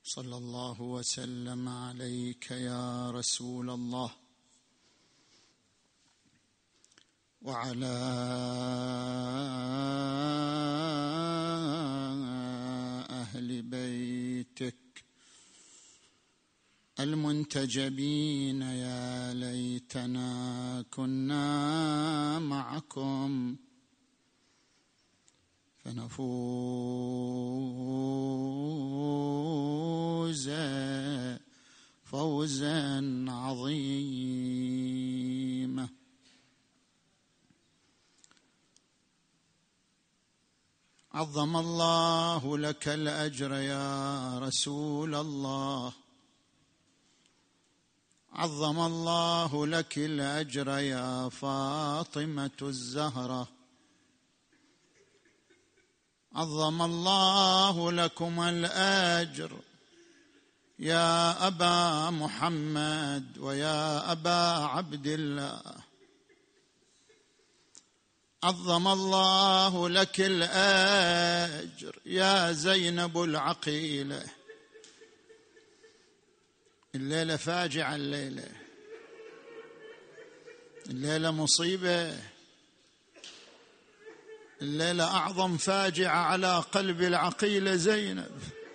صلى الله وسلم عليك يا رسول الله وعلى أهل بيتك المنتجبين. يا ليتنا كنا معكم فنفوز فوزا عظيما. عظم الله لك الأجر يا رسول الله، عظم الله لك الأجر يا فاطمة الزهرة، عظم الله لكم الأجر يا أبا محمد ويا أبا عبد الله، عظم الله لك الأجر يا زينب العقيلة. الليلة فاجعة، الليلة مصيبة، الليلة أعظم فاجعة على قلب العقيلة زينب.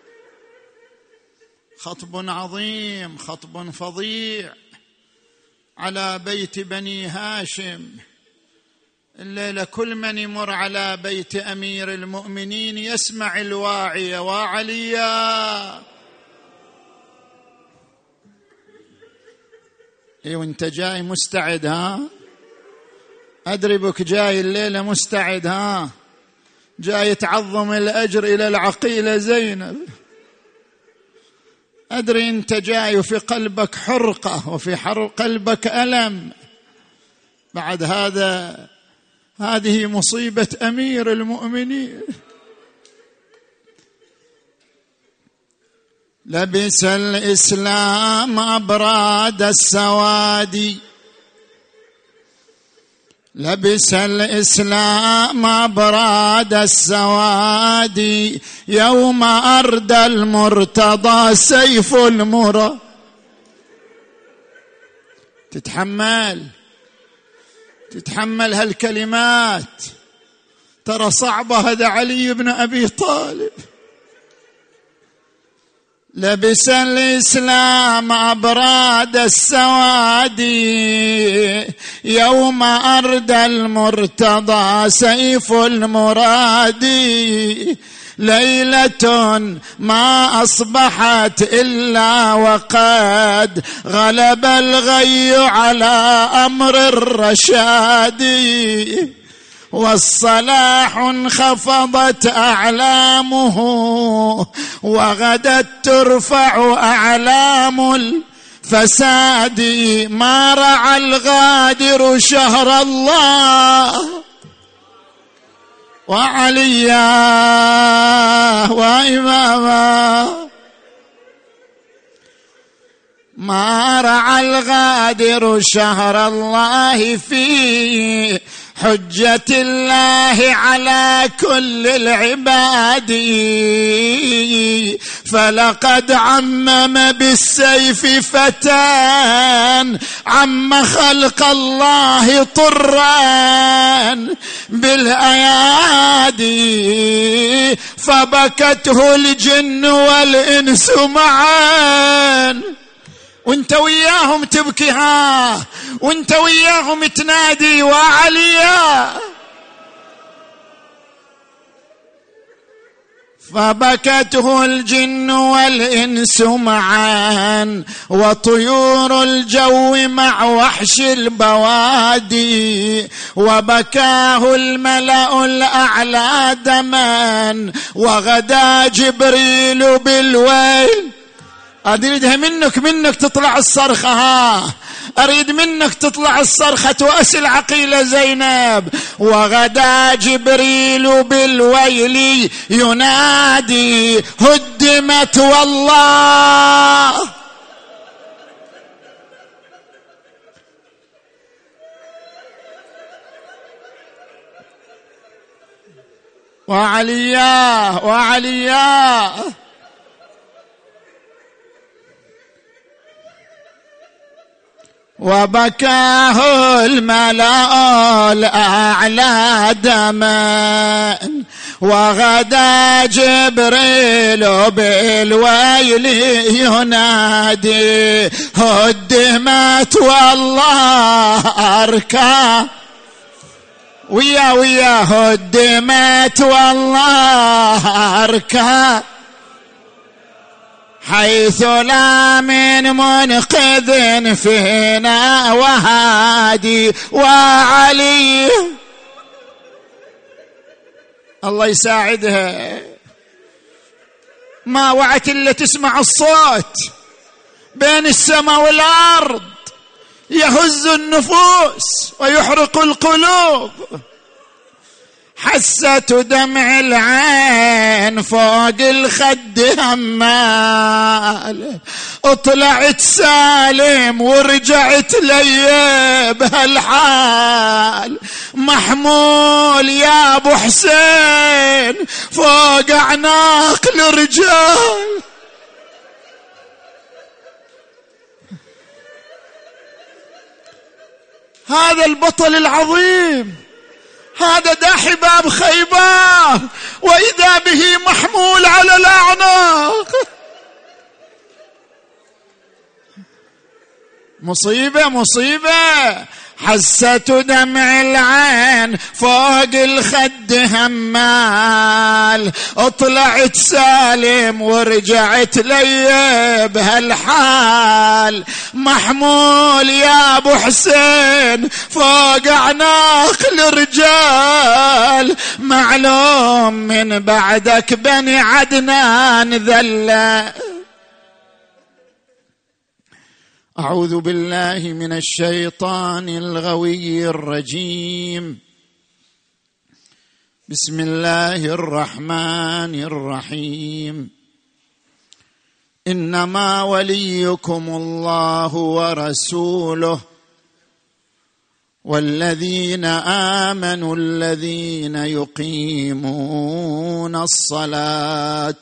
خطب عظيم، خطب فظيع على بيت بني هاشم. الليلة كل من يمر على بيت أمير المؤمنين يسمع الواعية: وعليا. إيه وانت جاي مستعد؟ ها، أدري بك جاي الليلة مستعد. ها، جاي تعظم الأجر إلى العقيلة زينب. أدري أنت جاي وفي قلبك حرقة وفي قلبك ألم. بعد هذه مصيبة أمير المؤمنين. لبس الإسلام أبراد السواد، لبس الإسلام أبراد السواد، يوم أردى المرتضى سيف المرى. تتحمل هالكلمات، ترى صعبة. هذا علي بن أبي طالب. لبس الإسلام أبراد السواد، يوم أردى المرتضى سيف المراد، ليلة ما أصبحت إلا وقد غلب الغي على أمر الرشاد، والصلاح انخفضت أعلامه وغدت ترفع أعلام الفساد، ما رعى الغادر شهر الله وعليا وإماما، ما رعى الغادر شهر الله في حجة الله على كل العباد، فلقد عمم بالسيف فتان عم خلق الله طرا بالأيادي، فبكته الجن والإنس معا. وانت وياهم تبكي، ها، وانت وياهم تنادي وعليا. فبكته الجن والإنس معا، وطيور الجو مع وحش البوادي، وبكاه الملأ الأعلى دما، وغدا جبريل بالويل. أريدها منك تطلع الصرخة. ها، أريد منك تطلع الصرخة تؤسل عقيلة زينب. وغدا جبريل بالويل ينادي: هدمت والله. وعليا وبكاه الملأ الأعلى دما، وغدا جبريل بالويل ينادي هدمت والله أركان، ويا هدمت والله أركان، حيث لا من منقذ فينا وهادي وعلي. الله يساعدها، ما وعت إلا تسمع الصوت بين السماء والأرض يهز النفوس ويحرق القلوب. حسة دمع العين فوق الخد همال، اطلعت سالم ورجعت لي بهالحال، محمول يا ابو حسين فوق اعناق الرجال. هذا البطل العظيم، هذا داحي باب خيبر وإذا به محمول على الأعناق. مصيبة. حسة دمع العين فوق الخد همال، اطلعت سالم ورجعت لي بهالحال، محمول يا ابو حسين فوق اعناق الرجال، معلوم من بعدك بني عدنان ذلة. أعوذ بالله من الشيطان الغوي الرجيم. بسم الله الرحمن الرحيم. إنما وليكم الله ورسوله والذين آمنوا الذين يقيمون الصلاة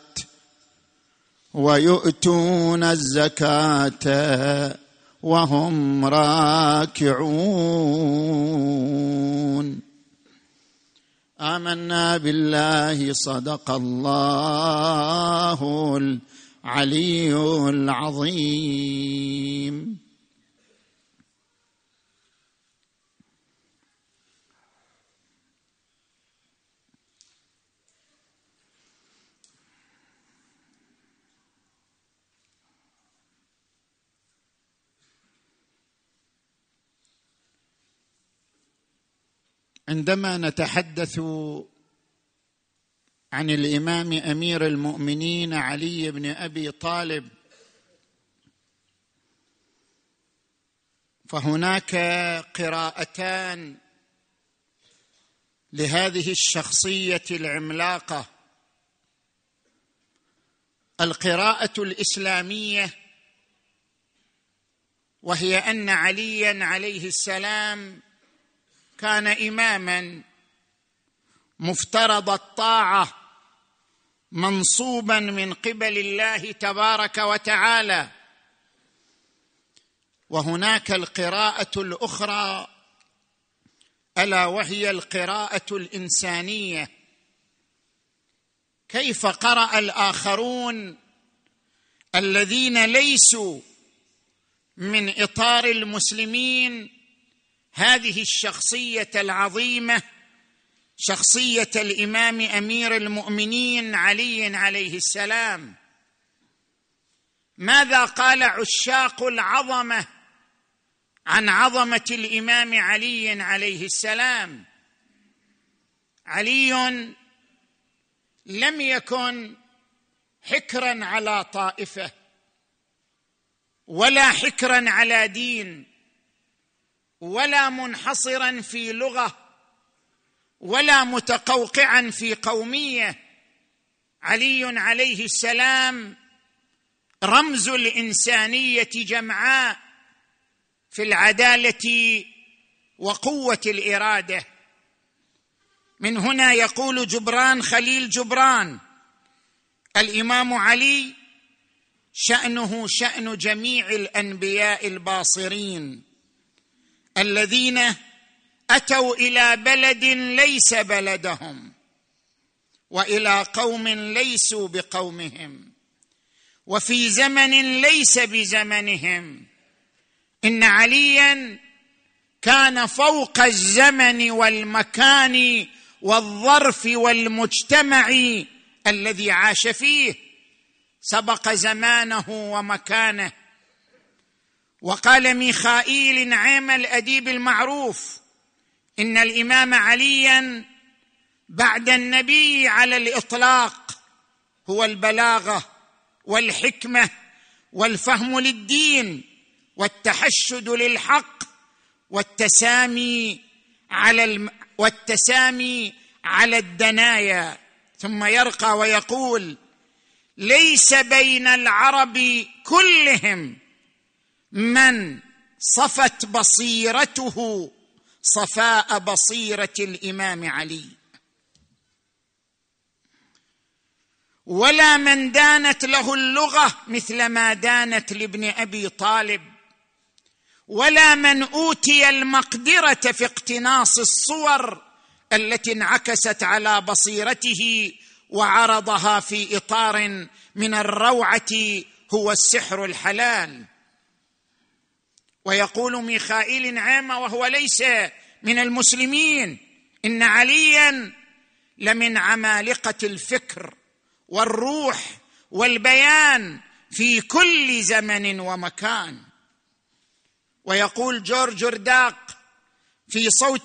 ويؤتون الزكاة وهم راكعون. آمنا بالله صدق الله العلي العظيم. عندما نتحدث عن الإمام أمير المؤمنين علي بن أبي طالب، فهناك قراءتان لهذه الشخصية العملاقة. القراءة الإسلامية، وهي أن عليا عليه السلام كان إماما مفترض الطاعة منصوبا من قبل الله تبارك وتعالى. وهناك القراءة الأخرى ألا وهي القراءة الإنسانية، كيف قرأ الآخرون الذين ليسوا من إطار المسلمين هذه الشخصية العظيمة، شخصية الإمام أمير المؤمنين علي عليه السلام. ماذا قال عشاق العظمة عن عظمة الإمام علي عليه السلام؟ علي لم يكن حكرا على طائفة ولا حكرا على دين ولا منحصرا في لغة ولا متقوقعا في قومية. علي عليه السلام رمز الإنسانية جمعاء في العدالة وقوة الإرادة. من هنا يقول جبران خليل جبران: الإمام علي شأنه شأن جميع الأنبياء الباصرين، الذين أتوا إلى بلد ليس بلدهم، وإلى قوم ليسوا بقومهم، وفي زمن ليس بزمنهم. إن عليا كان فوق الزمن والمكان والظرف والمجتمع الذي عاش فيه، سبق زمانه ومكانه. وقال ميخائيل نعيم الأديب المعروف: إن الإمام عليا بعد النبي على الإطلاق هو البلاغة والحكمة والفهم للدين والتحشد للحق والتسامي على الدنايا. ثم يرقى ويقول: ليس بين العرب كلهم من صفت بصيرته صفاء بصيرة الإمام علي، ولا من دانت له اللغة مثل ما دانت لابن أبي طالب، ولا من أوتي المقدرة في اقتناص الصور التي انعكست على بصيرته وعرضها في إطار من الروعة هو السحر الحلال. ويقول ميخائيل نعيمة وهو ليس من المسلمين: إن عليا لمن عمالقة الفكر والروح والبيان في كل زمن ومكان. ويقول جورج رداق في صوت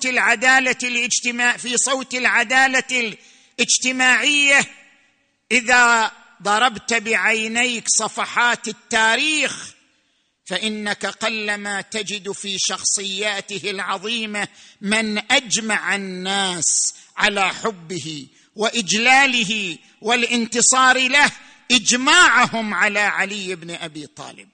العدالة الاجتماعية: إذا ضربت بعينيك صفحات التاريخ فإنك قلما تجد في شخصياته العظيمة من أجمع الناس على حبه وإجلاله والانتصار له إجماعهم على علي بن أبي طالب.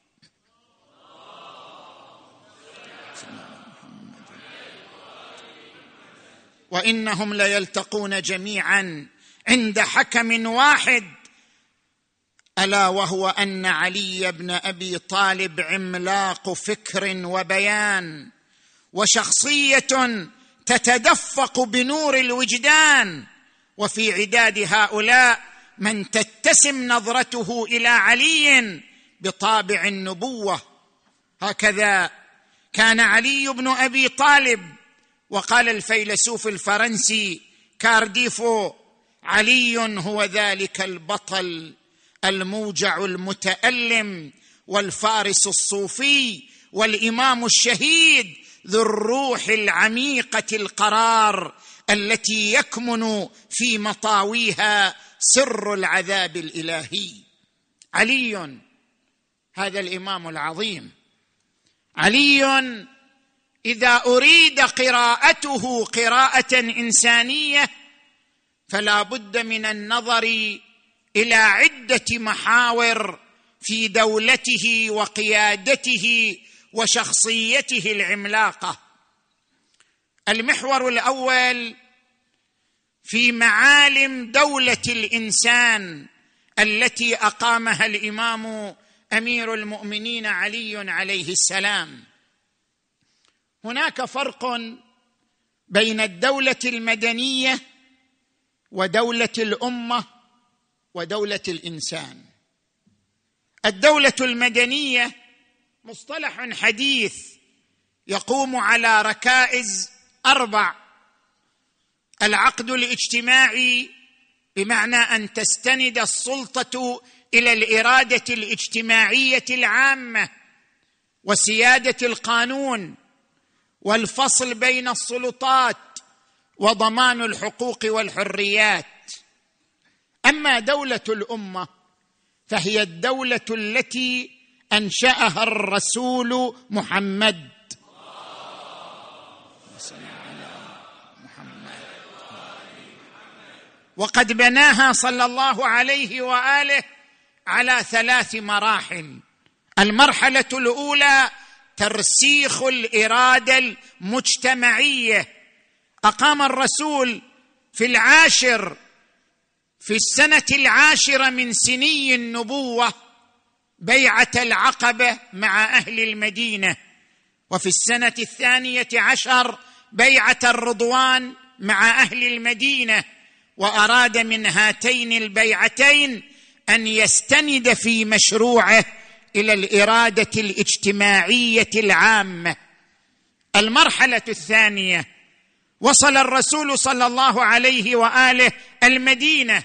وإنهم ليلتقون جميعا عند حكم واحد، ألا وهو أن علي بن أبي طالب عملاق فكر وبيان وشخصية تتدفق بنور الوجدان. وفي عداد هؤلاء من تتسم نظرته إلى علي بطابع النبوة. هكذا كان علي بن أبي طالب. وقال الفيلسوف الفرنسي كارديفو: علي هو ذلك البطل الموجع المتألم والفارس الصوفي والإمام الشهيد ذو الروح العميقة القرار التي يكمن في مطاويها سر العذاب الإلهي. علي هذا الإمام العظيم، علي إذا أريد قراءته قراءة إنسانية فلا بد من النظر إلى عدة محاور في دولته وقيادته وشخصيته العملاقة. المحور الأول في معالم دولة الإنسان التي أقامها الإمام أمير المؤمنين علي عليه السلام. هناك فرق بين الدولة المدنية ودولة الأمة ودولة الإنسان. الدولة المدنية مصطلح حديث يقوم على ركائز 4: العقد الاجتماعي، بمعنى أن تستند السلطة إلى الإرادة الاجتماعية العامة وسيادة القانون والفصل بين السلطات وضمان الحقوق والحريات. أما دولة الأمة فهي الدولة التي أنشأها الرسول محمد، وقد بناها صلى الله عليه وآله على 3 مراحل. المرحلة الأولى ترسيخ الإرادة المجتمعية. أقام الرسول في السنة 10 من سني النبوة بيعة العقبة مع أهل المدينة، وفي السنة 12 بيعة الرضوان مع أهل المدينة، وأراد من هاتين البيعتين أن يستند في مشروعه إلى الإرادة الاجتماعية العامة. المرحلة الثانية، وصل الرسول صلى الله عليه وآله المدينة،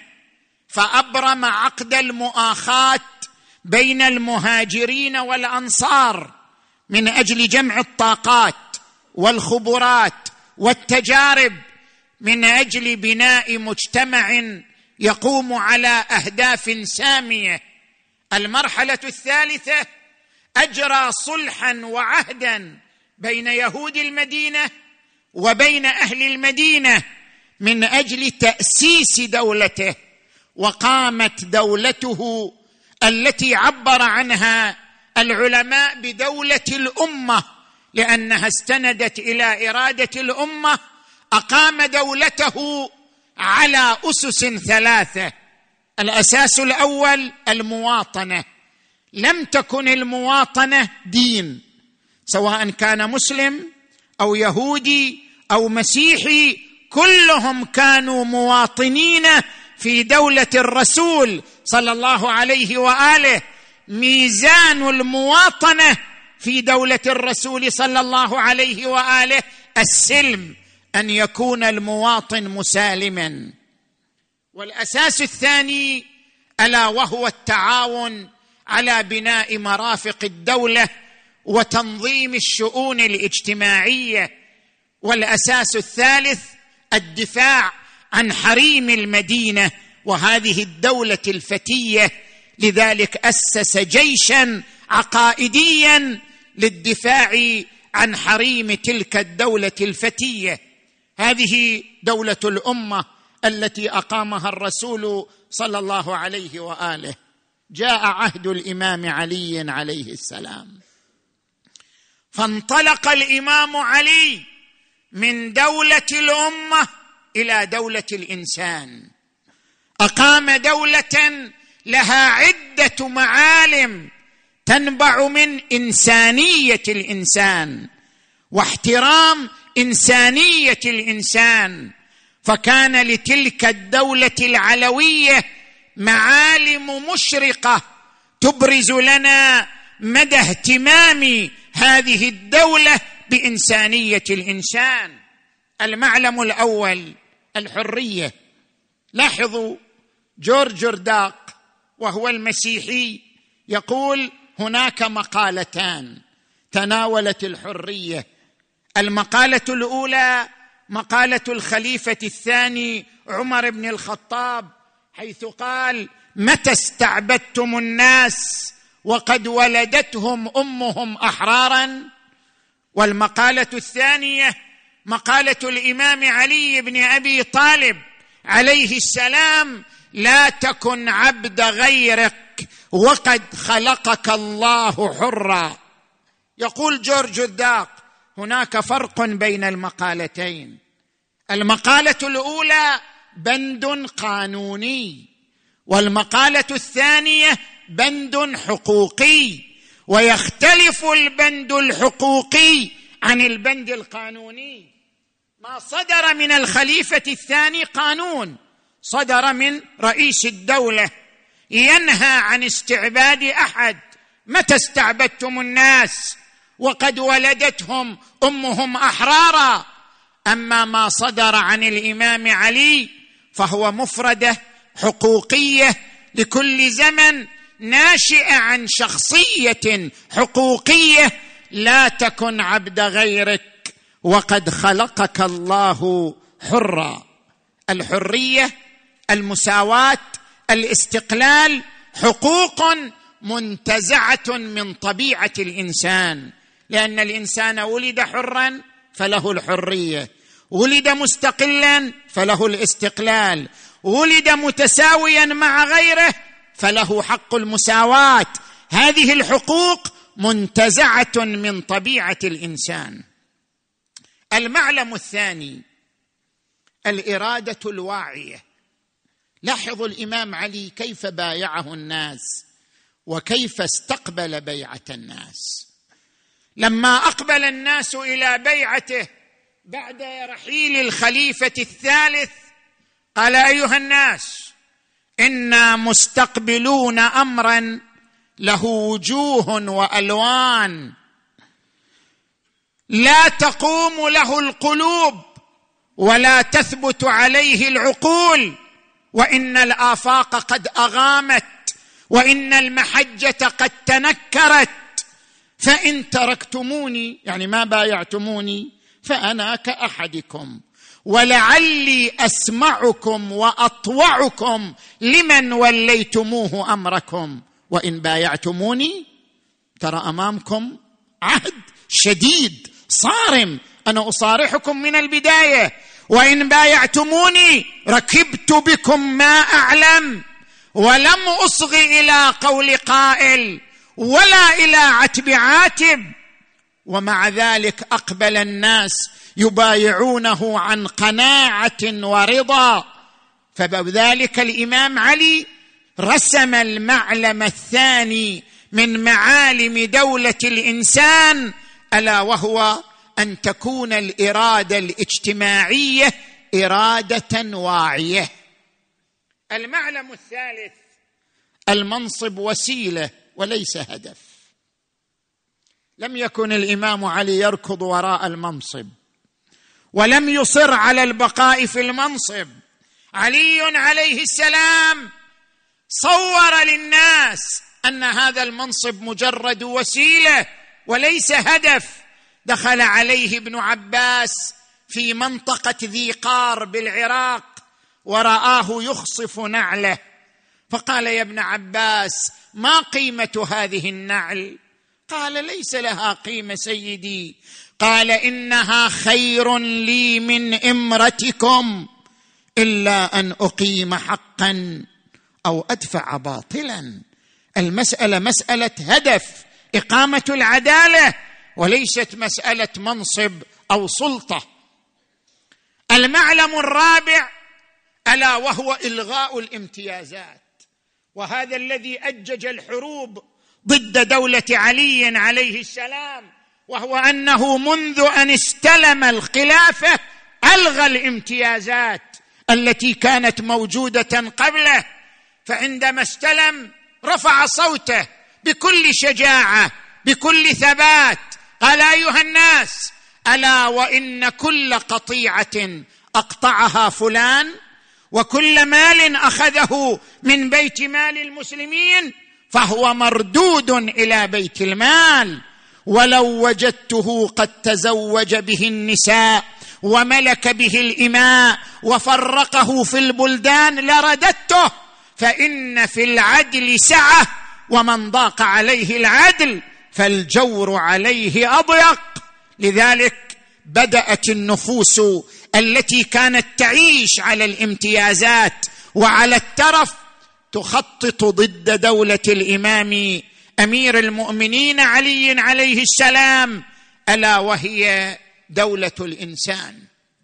فأبرم عقد المؤاخاة بين المهاجرين والأنصار من أجل جمع الطاقات والخبرات والتجارب، من أجل بناء مجتمع يقوم على أهداف سامية. المرحلة الثالثة، أجرى صلحا وعهدا بين يهود المدينة وبين أهل المدينة من أجل تأسيس دولته، وقامت دولته التي عبر عنها العلماء بدولة الأمة، لأنها استندت إلى إرادة الأمة. أقام دولته على أسس 3. الأساس الأول المواطنة. لم تكن المواطنة دين، سواء كان مسلم أو يهودي أو مسيحي، كلهم كانوا مواطنين في دولة الرسول صلى الله عليه وآله. ميزان المواطنة في دولة الرسول صلى الله عليه وآله السلم، أن يكون المواطن مسالما. والأساس الثاني ألا وهو التعاون على بناء مرافق الدولة وتنظيم الشؤون الاجتماعية. والأساس الثالث الدفاع عن حريم المدينة وهذه الدولة الفتية، لذلك أسس جيشا عقائديا للدفاع عن حريم تلك الدولة الفتية. هذه دولة الأمة التي أقامها الرسول صلى الله عليه وآله. جاء عهد الإمام علي عليه السلام، فانطلق الإمام علي من دولة الأمة إلى دولة الإنسان. أقام دولة لها عدة معالم تنبع من إنسانية الإنسان واحترام إنسانية الإنسان، فكان لتلك الدولة العلوية معالم مشرقة تبرز لنا مدى اهتمام هذه الدولة بإنسانية الإنسان. المعلم الأول الحرية. لاحظوا جورج داق وهو المسيحي يقول هناك مقالتان تناولت الحرية. المقالة الأولى مقالة الخليفة الثاني عمر بن الخطاب، حيث قال: متى استعبدتم الناس وقد ولدتهم أمهم أحرارا؟ والمقالة الثانية مقالة الإمام علي بن أبي طالب عليه السلام: لا تكن عبد غيرك وقد خلقك الله حرا. يقول جورج داق هناك فرق بين المقالتين. المقالة الأولى بند قانوني، والمقالة الثانية بند حقوقي، ويختلف البند الحقوقي عن البند القانوني. ما صدر من الخليفة الثاني قانون، صدر من رئيس الدولة ينهى عن استعباد أحد. متى استعبدتم الناس وقد ولدتهم أمهم أحرارا؟ أما ما صدر عن الإمام علي فهو مفردة حقوقية لكل زمن، ناشئة عن شخصية حقوقية: لا تكن عبد غيرك وقد خلقك الله حرا. الحرية، المساواة، الاستقلال حقوق منتزعة من طبيعة الإنسان، لأن الإنسان ولد حرا فله الحرية، ولد مستقلا فله الاستقلال، ولد متساويا مع غيره فله حق المساواة. هذه الحقوق منتزعة من طبيعة الإنسان. المعلم الثاني الإرادة الواعية. لاحظوا الإمام علي كيف بايعه الناس وكيف استقبل بيعة الناس. لما أقبل الناس إلى بيعته بعد رحيل الخليفة الثالث قال: أيها الناس، إنا مستقبلون أمرا له وجوه وألوان لا تقوم له القلوب ولا تثبت عليه العقول، وإن الآفاق قد أغامت، وإن المحجة قد تنكرت، فإن تركتموني يعني ما بايعتموني فأنا كأحدكم، ولعلي أسمعكم وأطوعكم لمن وليتموه أمركم، وإن بايعتموني ترى أمامكم عهد شديد صارم، أنا أصارحكم من البداية، وإن بايعتموني ركبت بكم ما أعلم، ولم أصغ إلى قول قائل ولا إلى عتب عاتب. ومع ذلك أقبل الناس يبايعونه عن قناعة ورضا. فبذلك الإمام علي رسم المعلم الثاني من معالم دولة الإنسان، ألا وهو أن تكون الإرادة الاجتماعية إرادة واعية. المعلم الثالث: المنصب وسيلة وليس هدف. لم يكن الإمام علي يركض وراء المنصب، ولم يصر على البقاء في المنصب. علي عليه السلام صور للناس أن هذا المنصب مجرد وسيلة وليس هدف. دخل عليه ابن عباس في منطقة ذي قار بالعراق ورآه يخصف نعله، فقال: يا ابن عباس، ما قيمة هذه النعل؟ قال: ليس لها قيمة سيدي. قال: إنها خير لي من إمرتكم، إلا أن أقيم حقا أو أدفع باطلا. المسألة مسألة هدف، إقامة العدالة، وليست مسألة منصب أو سلطة. المعلم الرابع ألا وهو إلغاء الامتيازات، وهذا الذي أجج الحروب ضد دولة علي عليه السلام، وهو أنه منذ أن استلم الخلافة ألغى الامتيازات التي كانت موجودة قبله. فعندما استلم رفع صوته بكل شجاعة بكل ثبات، قال: أيها الناس، ألا وإن كل قطيعة أقطعها فلان وكل مال أخذه من بيت مال المسلمين فهو مردود إلى بيت المال، ولو وجدته قد تزوج به النساء وملك به الإماء وفرقه في البلدان لرددته، فإن في العدل سعة، ومن ضاق عليه العدل فالجور عليه أضيق. لذلك بدأت النفوس التي كانت تعيش على الامتيازات وعلى الترف تخطط ضد دولة الإمام أمير المؤمنين علي عليه السلام، ألا وهي دولة الإنسان.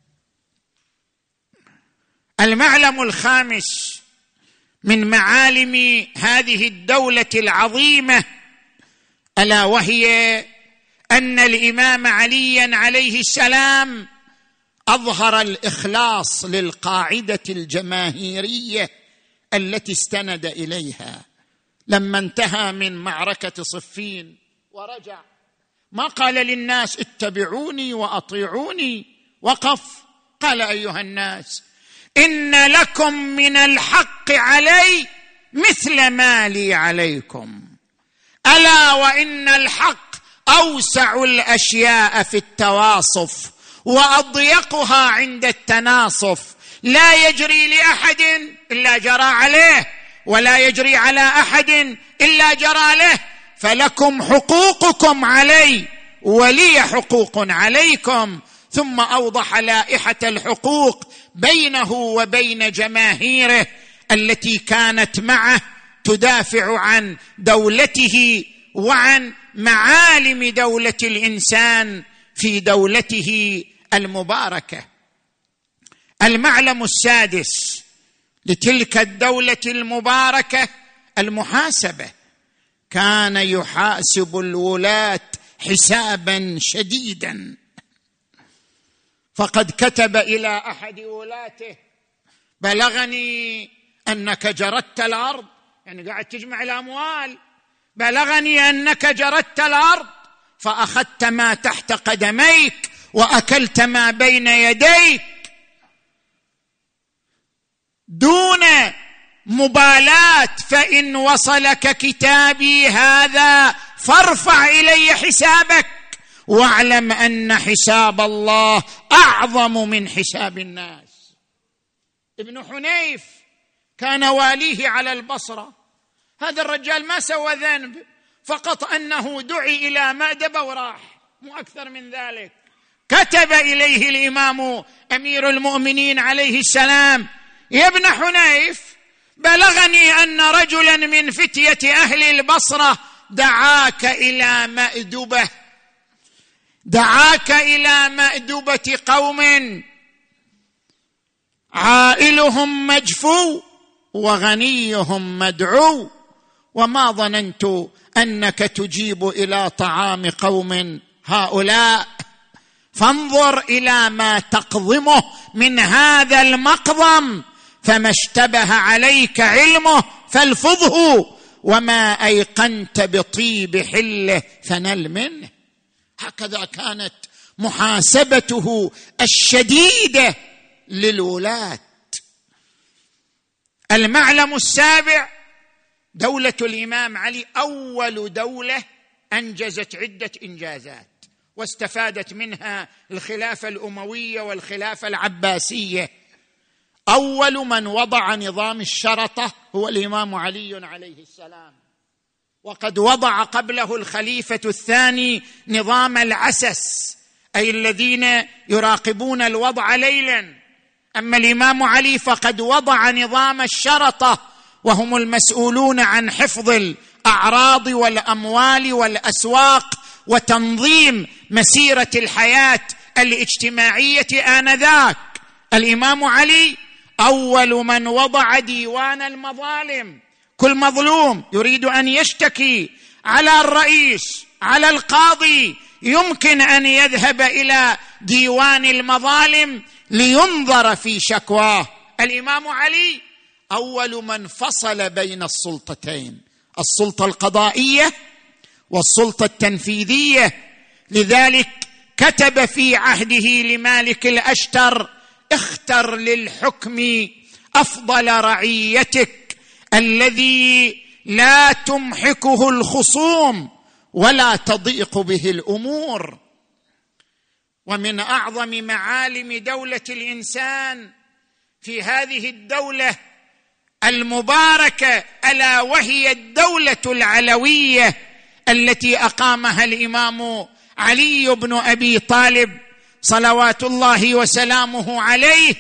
المعلم الخامس من معالم هذه الدولة العظيمة ألا وهي أن الإمام علي عليه السلام أظهر الإخلاص للقاعدة الجماهيرية التي استند إليها. لما انتهى من معركة صفين ورجع ما قال للناس اتبعوني وأطيعوني، وقف قال: أيها الناس، إن لكم من الحق علي مثل ما لي عليكم، ألا وإن الحق أوسع الأشياء في التواصف وأضيقها عند التناصف، لا يجري لأحد إلا جرى عليه، ولا يجري على أحد إلا جرى له، فلكم حقوقكم علي ولي حقوق عليكم. ثم أوضح لائحة الحقوق بينه وبين جماهيره التي كانت معه تدافع عن دولته وعن معالم دولة الإنسان في دولته المباركة. المعلم السادس لتلك الدولة المباركة المحاسبة. كان يحاسب الولاة حسابا شديدا. فقد كتب إلى أحد ولاته: بلغني أنك جردت الأرض، يعني قاعد تجمع الأموال، بلغني أنك جردت الأرض فأخذت ما تحت قدميك وأكلت ما بين يديك دون مبالاة، فإن وصلك كتابي هذا فارفع إلي حسابك، واعلم أن حساب الله أعظم من حساب الناس. ابن حنيف كان واليه على البصرة، هذا الرجال ما سوى ذنب، فقط أنه دعي إلى مأدبة وراح، مو أكثر من ذلك. كتب إليه الإمام أمير المؤمنين عليه السلام: يا ابن حنيف، بلغني أن رجلا من فتية أهل البصرة دعاك إلى مأدبة قوم عائلهم مجفو وغنيهم مدعو، وما ظننت أنك تجيب إلى طعام قوم هؤلاء، فانظر إلى ما تقضمه من هذا المقضم، فما اشتبه عليك علمه فالفظه، وما أيقنت بطيب حله فنل منه. هكذا كانت محاسبته الشديدة للولاة. المعلم السابع: دولة الإمام علي أول دولة أنجزت عدة إنجازات، واستفادت منها الخلافة الأموية والخلافة العباسية. أول من وضع نظام الشرطة هو الإمام علي عليه السلام، وقد وضع قبله الخليفة الثاني نظام العسس، أي الذين يراقبون الوضع ليلا. أما الإمام علي فقد وضع نظام الشرطة، وهم المسؤولون عن حفظ الأعراض والأموال والأسواق وتنظيم مسيرة الحياة الاجتماعية آنذاك. الإمام علي أول من وضع ديوان المظالم، كل مظلوم يريد أن يشتكي على الرئيس، على القاضي، يمكن أن يذهب إلى ديوان المظالم لينظر في شكواه. الإمام علي أول من فصل بين السلطتين، السلطة القضائية والسلطة التنفيذية. لذلك كتب في عهده لمالك الأشتر: اختر للحكم أفضل رعيتك الذي لا تمحكه الخصوم ولا تضيق به الأمور. ومن أعظم معالم دولة الإنسان في هذه الدولة المباركة ألا وهي الدولة العلوية التي أقامها الإمام علي بن أبي طالب صلوات الله وسلامه عليه: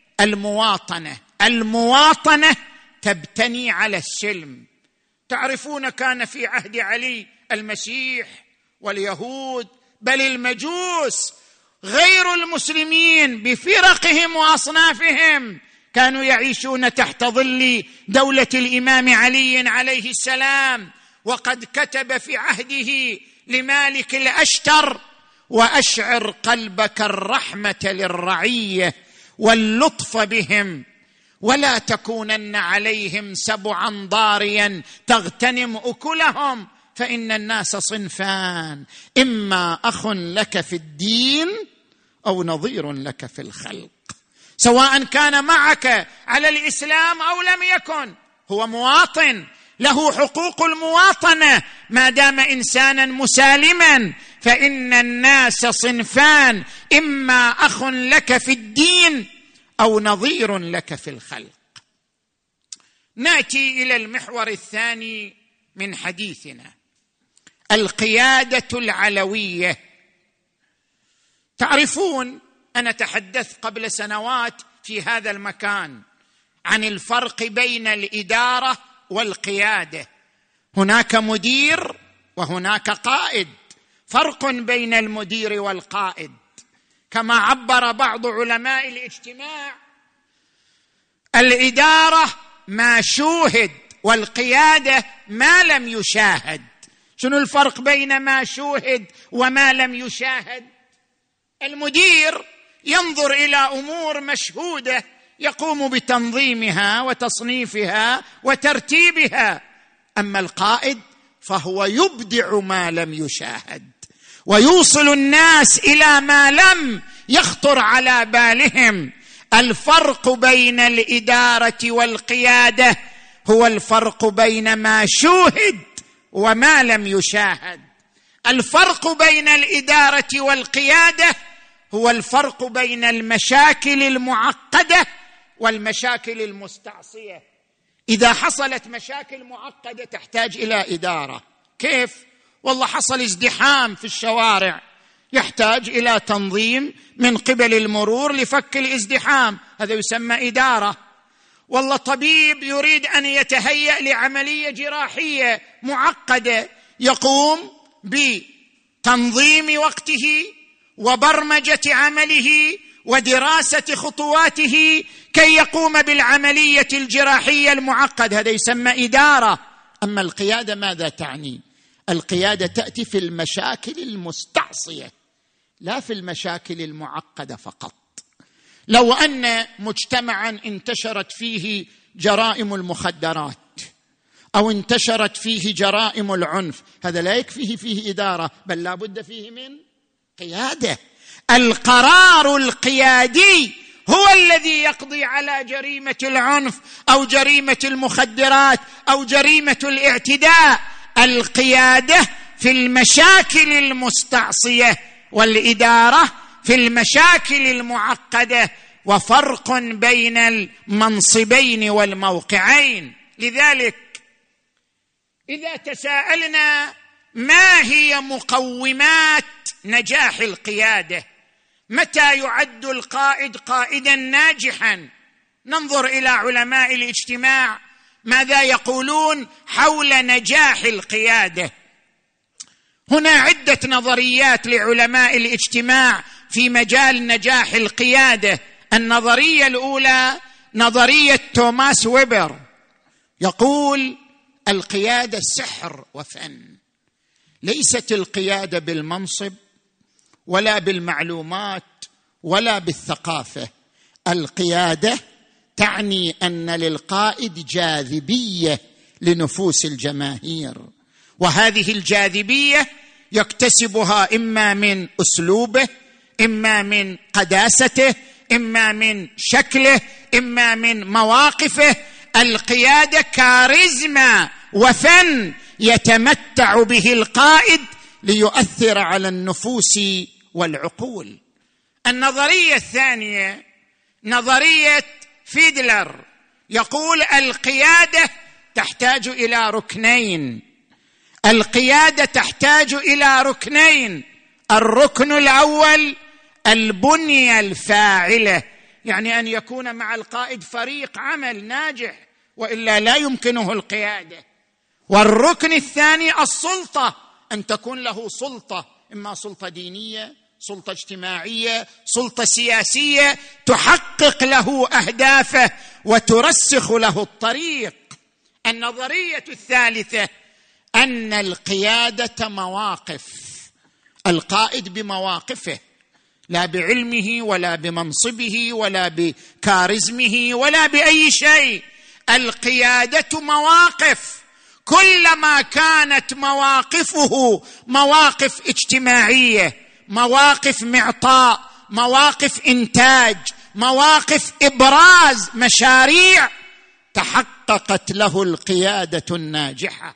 المواطنة تبتني على السلم. تعرفون كان في عهد علي المسيح واليهود بل المجوس غير المسلمين بفرقهم وأصنافهم كانوا يعيشون تحت ظل دولة الإمام علي عليه السلام. وقد كتب في عهده لمالك الأشتر: وأشعر قلبك الرحمة للرعية واللطف بهم، ولا تكونن عليهم سبعا ضاريا تغتنم أكلهم، فإن الناس صنفان: إما أخ لك في الدين أو نظير لك في الخلق. سواء كان معك على الإسلام أو لم يكن، هو مواطن له حقوق المواطنة ما دام إنسانا مسالما. فإن الناس صنفان: إما أخ لك في الدين أو نظير لك في الخلق. نأتي إلى المحور الثاني من حديثنا: القيادة العلوية. تعرفون أنا تحدثت قبل سنوات في هذا المكان عن الفرق بين الإدارة والقيادة. هناك مدير وهناك قائد، فرق بين المدير والقائد. كما عبر بعض علماء الاجتماع: الإدارة ما شوهد، والقيادة ما لم يشاهد. شنو الفرق بين ما شوهد وما لم يشاهد؟ المدير ينظر إلى أمور مشهودة يقوم بتنظيمها وتصنيفها وترتيبها، أما القائد فهو يبدع ما لم يشاهد ويوصل الناس إلى ما لم يخطر على بالهم. الفرق بين الإدارة والقيادة هو الفرق بين ما شوهد وما لم يشاهد. الفرق بين الإدارة والقيادة هو الفرق بين المشاكل المعقدة والمشاكل المستعصية. إذا حصلت مشاكل معقدة تحتاج إلى إدارة. كيف؟ والله حصل ازدحام في الشوارع، يحتاج إلى تنظيم من قبل المرور لفك الازدحام، هذا يسمى إدارة. والله طبيب يريد أن يتهيأ لعملية جراحية معقدة، يقوم بتنظيم وقته وبرمجة عمله ودراسة خطواته كي يقوم بالعملية الجراحية المعقدة، هذا يسمى إدارة. أما القيادة ماذا تعني؟ القيادة تأتي في المشاكل المستعصية لا في المشاكل المعقدة فقط. لو أن مجتمعا انتشرت فيه جرائم المخدرات أو انتشرت فيه جرائم العنف، هذا لا يكفيه فيه إدارة، بل لا بد فيه من قيادة. القرار القيادي هو الذي يقضي على جريمة العنف أو جريمة المخدرات أو جريمة الاعتداء. القيادة في المشاكل المستعصية والإدارة في المشاكل المعقدة، وفرق بين المنصبين والموقعين. لذلك إذا تساءلنا ما هي مقومات نجاح القيادة، متى يعد القائد قائدا ناجحا، ننظر إلى علماء الاجتماع ماذا يقولون حول نجاح القيادة. هنا عدة نظريات لعلماء الاجتماع في مجال نجاح القيادة. النظرية الأولى نظرية توماس ويبر، يقول القيادة سحر وفن. ليست القيادة بالمنصب ولا بالمعلومات ولا بالثقافة، القيادة تعني أن للقائد جاذبية لنفوس الجماهير، وهذه الجاذبية يكتسبها إما من أسلوبه، إما من قداسته، إما من شكله، إما من مواقفه. القيادة كاريزما وفن يتمتع به القائد ليؤثر على النفوس والعقول. النظرية الثانية نظرية فيدلر، يقول القيادة تحتاج إلى ركنين. القيادة تحتاج إلى ركنين. الركن الأول البنية الفاعلة، يعني أن يكون مع القائد فريق عمل ناجح، وإلا لا يمكنه القيادة. والركن الثاني السلطة، أن تكون له سلطة، إما سلطة دينية، سلطة اجتماعية، سلطة سياسية، تحقق له أهدافه وترسخ له الطريق. النظرية الثالثة أن القيادة مواقف، القائد بمواقفه، لا بعلمه ولا بمنصبه ولا بكاريزمه ولا بأي شيء. القيادة مواقف، كلما كانت مواقفه مواقف اجتماعية، مواقف معطاء، مواقف إنتاج، مواقف إبراز مشاريع، تحققت له القيادة الناجحة.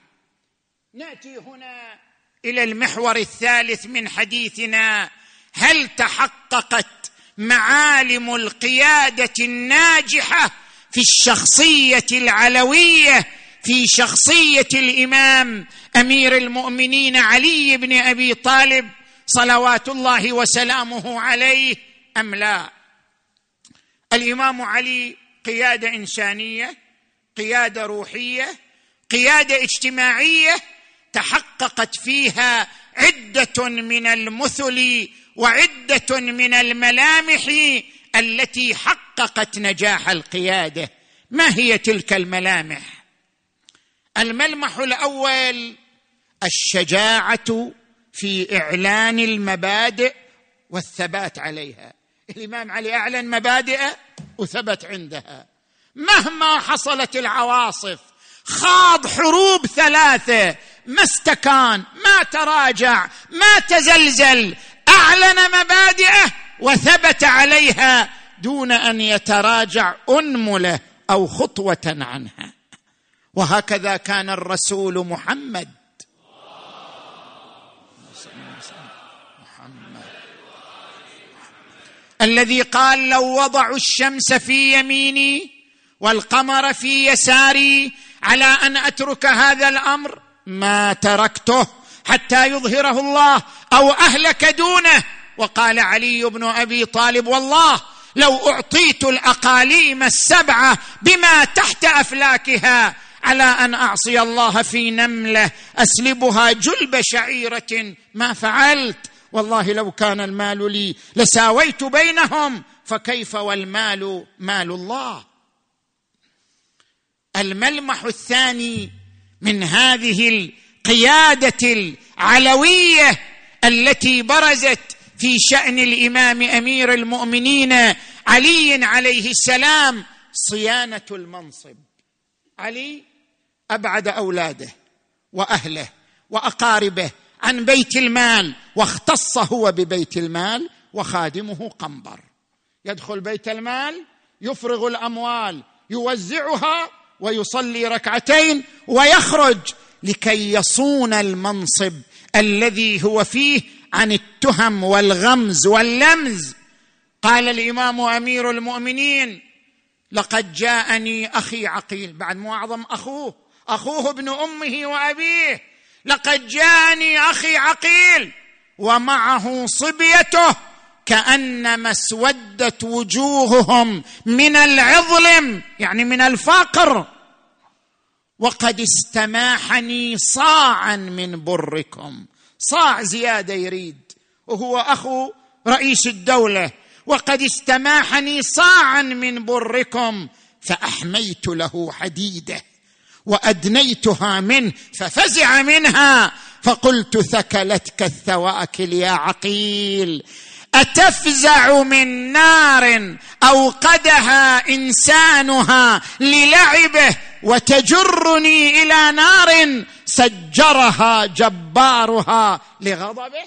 نأتي هنا إلى المحور الثالث من حديثنا: هل تحققت معالم القيادة الناجحة في الشخصية العلوية، في شخصية الإمام أمير المؤمنين علي بن أبي طالب صلوات الله وسلامه عليه أم لا؟ الإمام علي قيادة إنسانية، قيادة روحية، قيادة اجتماعية، تحققت فيها عدة من المثل وعدة من الملامح التي حققت نجاح القيادة. ما هي تلك الملامح؟ الملمح الأول الشجاعة في إعلان المبادئ والثبات عليها. الإمام علي أعلن مبادئه وثبت عندها مهما حصلت العواصف، خاض حروب 3 ما استكان، ما تراجع، ما تزلزل، أعلن مبادئه وثبت عليها دون أن يتراجع أنملة أو خطوة عنها. وهكذا كان الرسول محمد الذي قال: لو وضعوا الشمس في يميني والقمر في يساري على أن أترك هذا الأمر ما تركته حتى يظهره الله أو أهلك دونه. وقال علي بن أبي طالب: والله لو أعطيت الأقاليم 7 بما تحت أفلاكها على أن أعصي الله في نملة أسلبها جلب شعيرة ما فعلت، والله لو كان المال لي لساويت بينهم، فكيف والمال مال الله. الملمح الثاني من هذه القيادة العلوية التي برزت في شأن الإمام أمير المؤمنين علي عليه السلام صيانة المنصب. علي أبعد أولاده وأهله وأقاربه عن بيت المال، واختص هو ببيت المال، وخادمه قنبر يدخل بيت المال يفرغ الأموال يوزعها ويصلي 2 ركعتين ويخرج لكي يصون المنصب الذي هو فيه عن التهم والغمز واللمز. قال الإمام أمير المؤمنين: لقد جاءني أخي عقيل، بعد مو أعظم أخوه ابن أمه وأبيه، لقد جاءني أخي عقيل ومعه صبيته كأنما اسودت وجوههم من العظلم، يعني من الفقر، وقد استماحني صاعا من بركم. صاع زيادة يريد، وهو أخو رئيس الدولة. وقد استماحني صاعا من بركم، فأحميت له حديده وأدنيتها منه ففزع منها، فقلت: ثكلتك الثواكل يا عقيل، أتفزع من نار أوقدها إنسانها للعبه وتجرني إلى نار سجرها جبارها لغضبه؟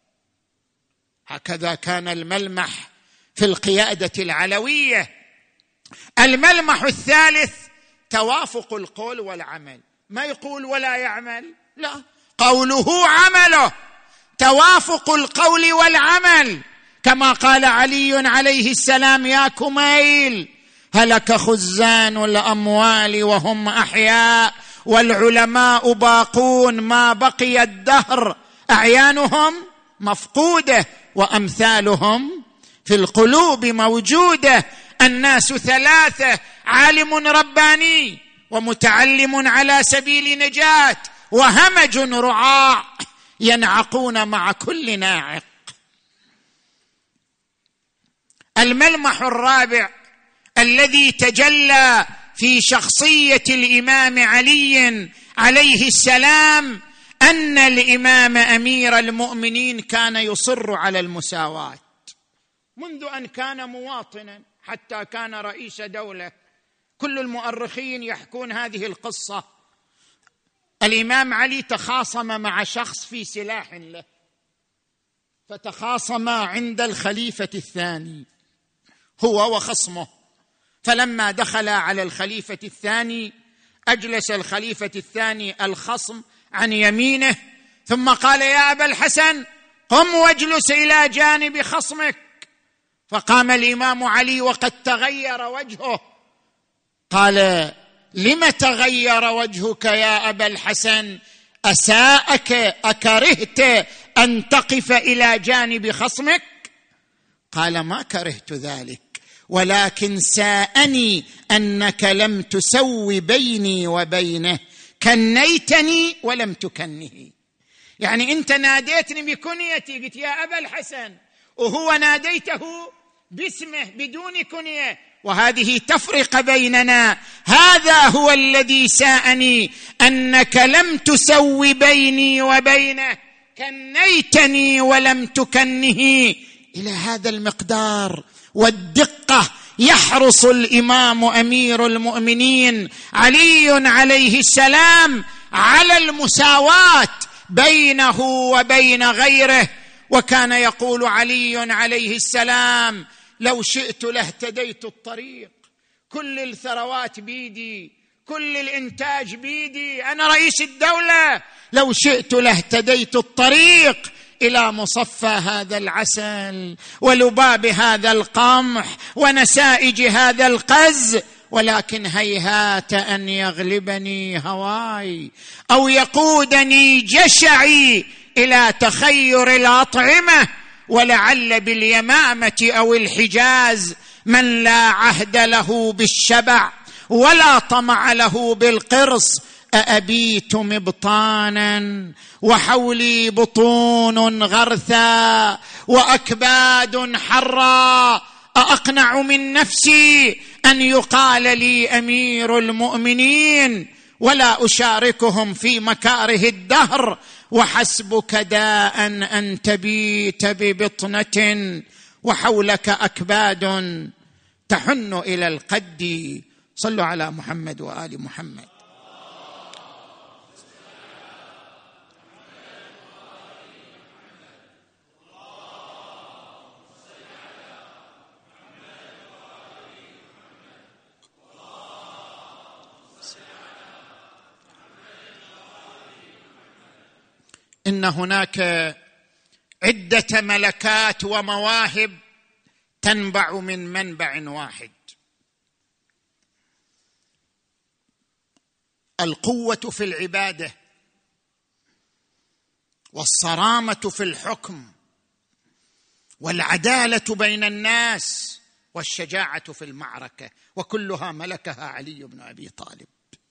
هكذا كان الملمح في القيادة العلوية. الملمح الثالث توافق القول والعمل، ما يقول ولا يعمل، لا، قوله عمله، توافق القول والعمل. كما قال علي عليه السلام: يا كميل، هلك خزان الأموال وهم أحياء، والعلماء باقون ما بقي الدهر، أعيانهم مفقودة وأمثالهم في القلوب موجودة. الناس 3: عالم رباني، ومتعلم على سبيل نجاة، وهمج رعاع ينعقون مع كل ناعق. الملمح الرابع الذي تجلى في شخصية الإمام علي عليه السلام أن الإمام أمير المؤمنين كان يصر على المساواة منذ أن كان مواطنا حتى كان رئيس دولة. كل المؤرخين يحكون هذه القصة. الإمام علي تخاصم مع شخص في سلاح له، فتخاصم عند الخليفة الثاني هو وخصمه، فلما دخل على الخليفة الثاني أجلس الخليفة الثاني الخصم عن يمينه، ثم قال: يا أبا الحسن، قم واجلس إلى جانب خصمك. فقام الإمام علي وقد تغير وجهه، قال: لم تغير وجهك يا أبا الحسن؟ أساءك؟ أكرهت أن تقف إلى جانب خصمك؟ قال: ما كرهت ذلك، ولكن ساءني أنك لم تسوي بيني وبينه، كنيتني ولم تكنه. يعني أنت ناديتني بكنيتي، قلت يا أبا الحسن، وهو ناديته باسمه بدون كنية، وهذه تفرق بيننا. هذا هو الذي ساءني، أنك لم تسوي بيني وبينه، كنيتني ولم تكنه إلى هذا المقدار والدقة. يحرص الإمام أمير المؤمنين علي عليه السلام على المساواة بينه وبين غيره. وكان يقول علي عليه السلام: لو شئت لاهتديت الطريق، كل الثروات بيدي، كل الإنتاج بيدي، أنا رئيس الدولة، لو شئت لاهتديت الطريق إلى مصفى هذا العسل ولباب هذا القمح ونسائج هذا القز، ولكن هيهات أن يغلبني هواي أو يقودني جشعي إلى تخير الأطعمة. ولعل باليمامة أو الحجاز من لا عهد له بالشبع ولا طمع له بالقرص. أأبيت مبطانا وحولي بطون غرثا وأكباد حرا، أأقنع من نفسي أن يقال لي أمير المؤمنين ولا أشاركهم في مكاره الدهر؟ وحسبك داء أن تبيت ببطنة وحولك أكباد تحن إلى القد. صلوا على محمد وآل محمد. إن هناك عدة ملكات ومواهب تنبع من منبع واحد. القوة في العبادة، والصرامة في الحكم، والعدالة بين الناس، والشجاعة في المعركة، وكلها ملكها علي بن أبي طالب.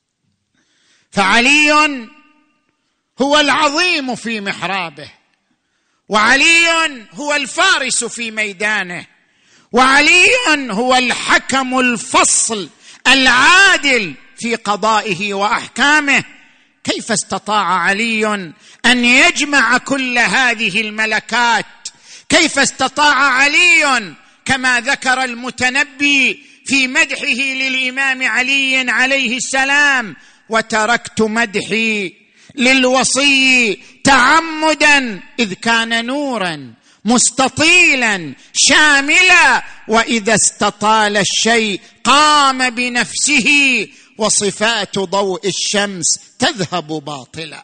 فعلي هو العظيم في محرابه، وعلي هو الفارس في ميدانه، وعلي هو الحكم الفصل العادل في قضائه وأحكامه. كيف استطاع علي أن يجمع كل هذه الملكات؟ كيف استطاع علي كما ذكر المتنبي في مدحه للإمام علي عليه السلام: وتركت مدحي للوصي تعمدا إذ كان نورا مستطيلا شاملا، وإذا استطال الشيء قام بنفسه، وصفات ضوء الشمس تذهب باطلا.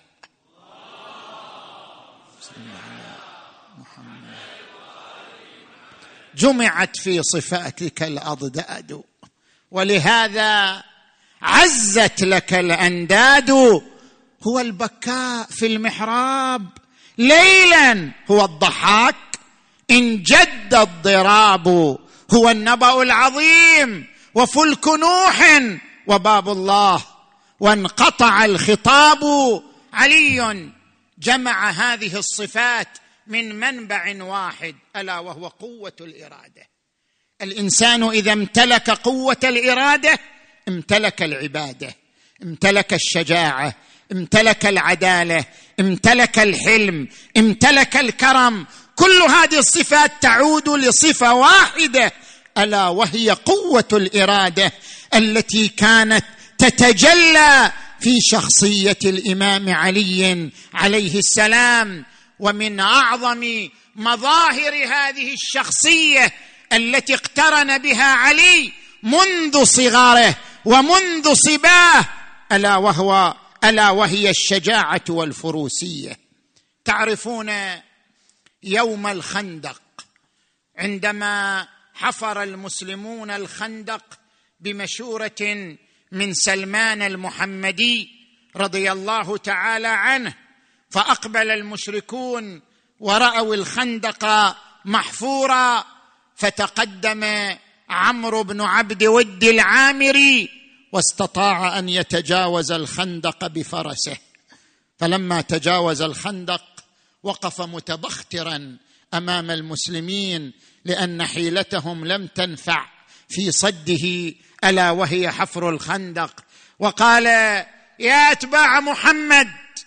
جمعت في صفاتك الأضداد، ولهذا عزت لك الأنداد. هو البكاء في المحراب ليلا، هو الضحاك إن جد الضراب، هو النبأ العظيم وفلك نوح وباب الله وانقطع الخطاب. علي جمع هذه الصفات من منبع واحد، ألا وهو قوة الإرادة. الإنسان إذا امتلك قوة الإرادة امتلك العبادة، امتلك الشجاعة، امتلك العدالة، امتلك الحلم، امتلك الكرم. كل هذه الصفات تعود لصفة واحدة، ألا وهي قوة الإرادة التي كانت تتجلى في شخصية الإمام علي عليه السلام. ومن أعظم مظاهر هذه الشخصية التي اقترن بها علي منذ صغاره ومنذ صباه ألا وهي الشجاعة والفروسية. تعرفون يوم الخندق عندما حفر المسلمون الخندق بمشورة من سلمان المحمدي رضي الله تعالى عنه، فأقبل المشركون ورأوا الخندق محفورا، فتقدم عمرو بن عبد ود العامري واستطاع أن يتجاوز الخندق بفرسه. فلما تجاوز الخندق وقف متبخترا أمام المسلمين، لأن حيلتهم لم تنفع في صده الا وهي حفر الخندق، وقال: يا اتباع محمد،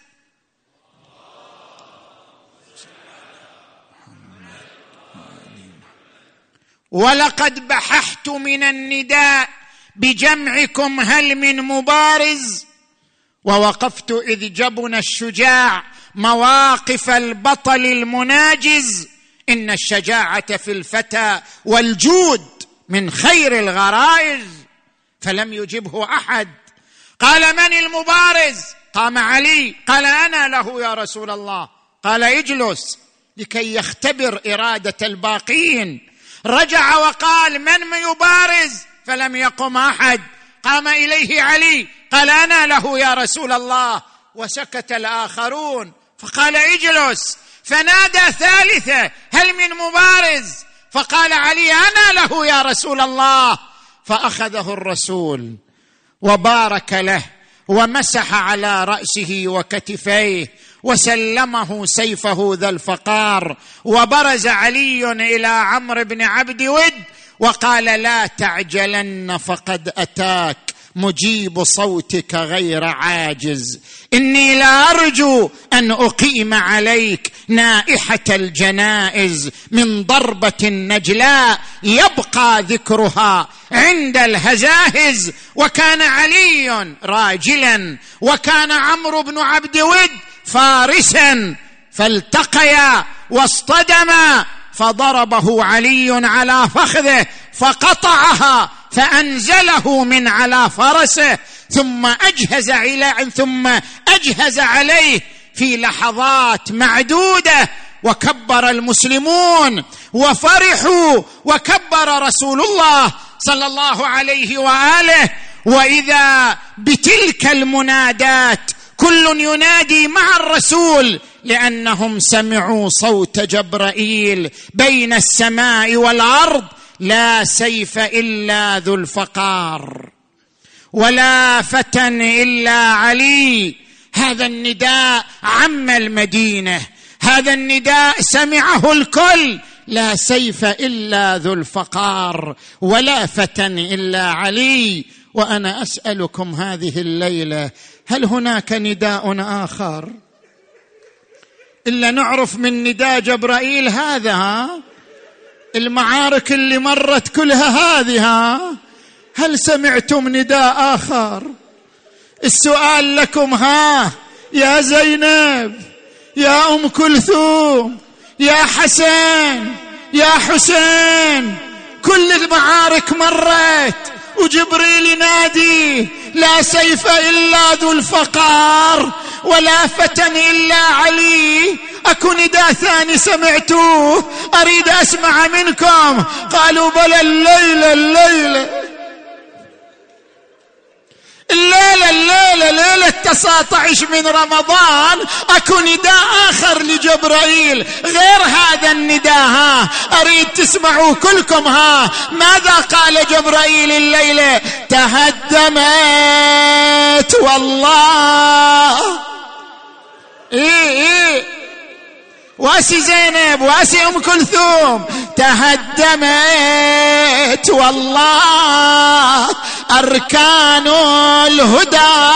ولقد بححت من النداء بجمعكم هل من مبارز، ووقفت إذ جبن الشجاع مواقف البطل المناجز، إن الشجاعة في الفتى والجود من خير الغرائز. فلم يجبه أحد. قال: من المبارز؟ قام علي، قال: أنا له يا رسول الله. قال: اجلس، لكي يختبر إرادة الباقين. رجع وقال: من يبارز؟ فلم يقم أحد. قام إليه علي، قال: أنا له يا رسول الله. وسكت الآخرون، فقال: اجلس. فنادى ثالثة: هل من مبارز؟ فقال علي: أنا له يا رسول الله. فأخذه الرسول وبارك له ومسح على رأسه وكتفيه وسلمه سيفه ذا الفقار، وبرز علي إلى عمرو بن عبد ود وقال: لا تعجلن فقد أتاك مجيب صوتك غير عاجز، إني لا أرجو أن أقيم عليك نائحة الجنائز من ضربة نجلاء يبقى ذكرها عند الهزاهز. وكان علي راجلا، وكان عمرو بن عبد ود فارسا، فالتقيا واصطدما، فضربه علي على فخذه فقطعها فأنزله من على فرسه، ثم أجهز عليه في لحظات معدودة، وكبر المسلمون وفرحوا، وكبر رسول الله صلى الله عليه وآله. وإذا بتلك المنادات كل ينادي مع الرسول، لأنهم سمعوا صوت جبرائيل بين السماء والأرض: لا سيف إلا ذو الفقار، ولا فتى إلا علي. هذا النداء عم المدينة، هذا النداء سمعه الكل: لا سيف إلا ذو الفقار، ولا فتى إلا علي. وأنا أسألكم هذه الليلة: هل هناك نداء آخر إلا نعرف من نداء جبرائيل هذا؟ المعارك اللي مرت كلها هذه، هل سمعتم نداء آخر؟ السؤال لكم: يا زينب، يا أم كلثوم، يا حسن، يا حسين، كل المعارك مرت وجبريل ينادي: لا سيف إلا ذو الفقار، ولا فتى إلا علي. أكو نداء ثاني سمعتوه أريد أسمع منكم؟ قالوا: بلى الليلة ليلة 19 من رمضان أكو نداء آخر لجبرائيل غير هذا النداء. أريد تسمعوا كلكم. ماذا قال جبرائيل الليلة؟ تهدمت والله. واسي زينب، واسي أم كلثوم، تهدمت والله أركان الهدى،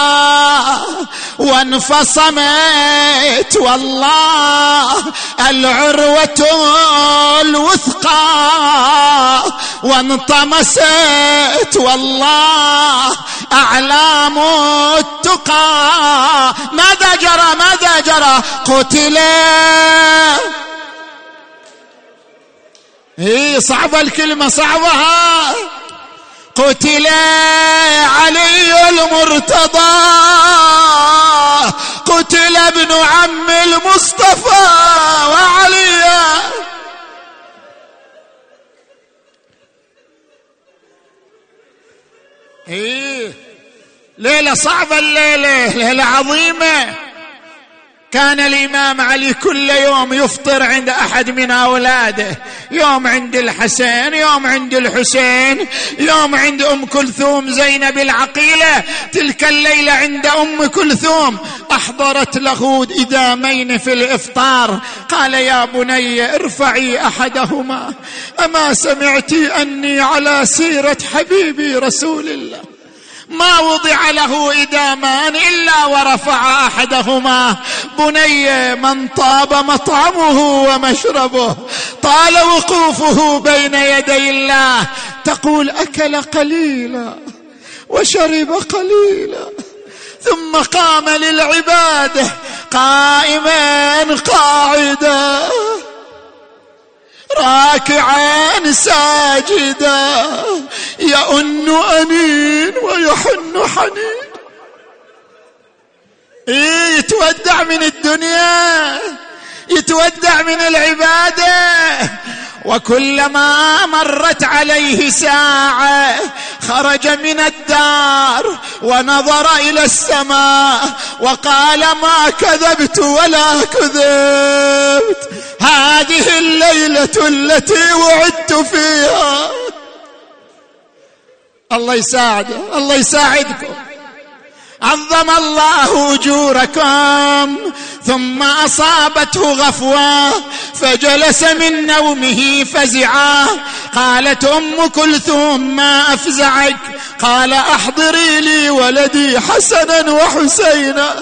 وانفصمت والله العروة الوثقى، وانطمست والله أعلام التقى. ماذا جرى؟ قتل. صعبة الكلمة، صعبها. قتل علي المرتضى، قتل ابن عم المصطفى وعلي. ليلة صعبة، الليلة ليلة عظيمة. كان الإمام علي كل يوم يفطر عند أحد من أولاده، يوم عند الحسن، يوم عند الحسين، يوم عند أم كلثوم زينب العقيلة. تلك الليلة عند أم كلثوم أحضرت له إدامين في الإفطار، قال يا بني ارفعي أحدهما، أما سمعت أني على سيرة حبيبي رسول الله ما وضع له إدامان إلا ورفع أحدهما. بني من طاب مطعمه ومشربه طال وقوفه بين يدي الله. تقول أكل قليلا وشرب قليلا ثم قام للعبادة قائما قاعدا راكعا ساجدا يؤن أنين ويحن حنين. يتودع من الدنيا، يتودع من العبادة. وكلما مرت عليه ساعة خرج من الدار ونظر إلى السماء وقال ما كذبت ولا كذبت، هذه الليلة التي وعدت فيها. الله يساعده، الله يساعدكم. عظم الله أجوركم. ثم أصابته غفوة فجلس من نومه فزعا. قالت أم كلثوم ما أفزعك؟ قال أحضري لي ولدي حسنا وحسينا.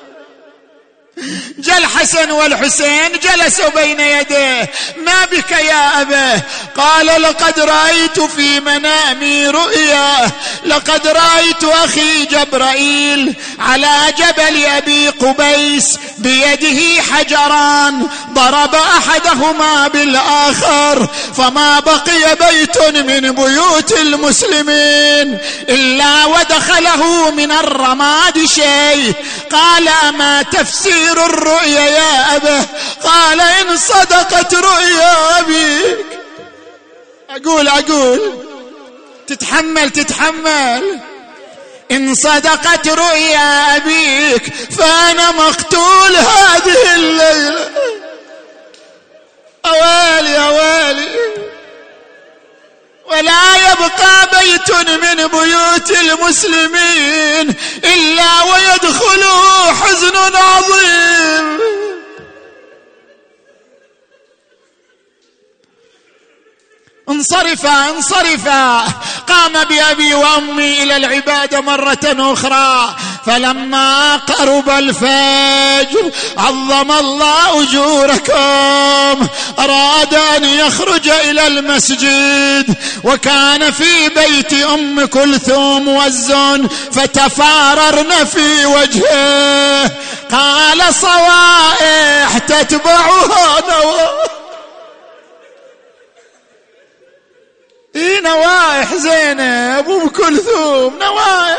جاء الحسن والحسين جلسوا بين يديه. ما بك يا أباه؟ قال لقد رأيت في منامي رؤيا، لقد رأيت أخي جبرائيل على جبل أبي قبيس بيده حجران، ضرب أحدهما بالآخر فما بقي بيت من بيوت المسلمين إلا ودخله من الرماد شيء. قال ما تفسير الرؤيا يا أبه؟ قال إن صدقت رؤيا أبيك. أقول تتحمل. إن صدقت رؤيا أبيك فأنا مقتول هذه الليلة. أوالي ولا يبقى بيت من بيوت المسلمين إلا ويدخله حزن عظيم. انصرفا. قام بأبي وأمي إلى العبادة مرة أخرى. فلما قرب الفجر عظم الله أجوركم، أراد أن يخرج إلى المسجد، وكان في بيت أم كلثوم وز فتفاررن في وجهه. قال صوائح تتبعها نوائح زينب أم كلثوم، نوائح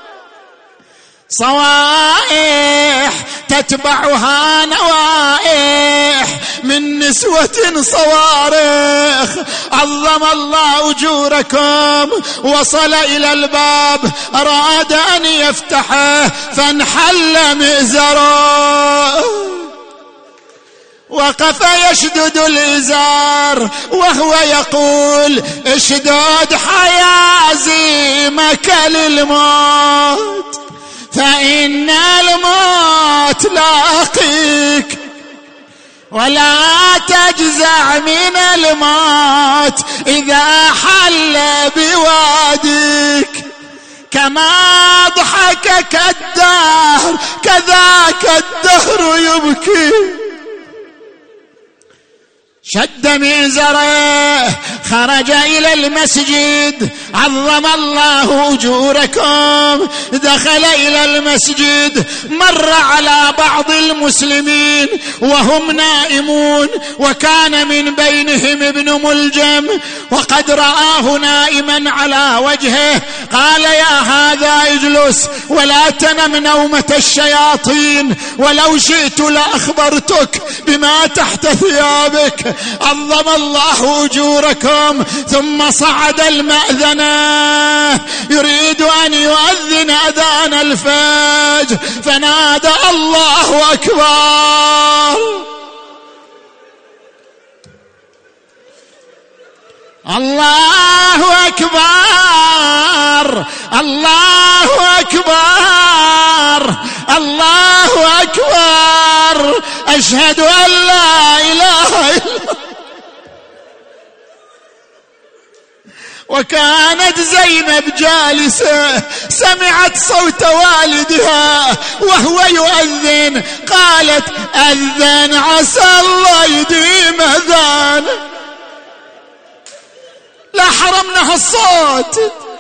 صوائح تتبعها نوائح من نسوة صوارخ. عظم الله أجوركم. وصل إلى الباب أراد أن يفتحه فانحل مئزره، وقف يشدد الإزار وهو يقول اشدد حيازيمك للموت فإن الموت لاقيك، ولا تجزع من الموت إذا حل بواديك. كما ضحكك الدهر كذاك الدهر يبكي. شد مئزره خرج إلى المسجد. عظم الله أجوركم. دخل إلى المسجد، مر على بعض المسلمين وهم نائمون، وكان من بينهم ابن ملجم، وقد رآه نائما على وجهه. قال يا هذا اجلس ولا تنم نومة الشياطين، ولو شئت لأخبرتك بما تحت ثيابك. عظم الله أجوركم. ثم صعد المأذنة يريد أن يؤذن أذان الفجر، فنادى الله أكبر، الله أكبر، الله أكبر، الله أكبر، أشهد أن لا إله إلا الله. وكانت زينب جالسة سمعت صوت والدها وهو يؤذن، قالت: أذن عسى الله يديم أذان. لا حرمنا الصوت.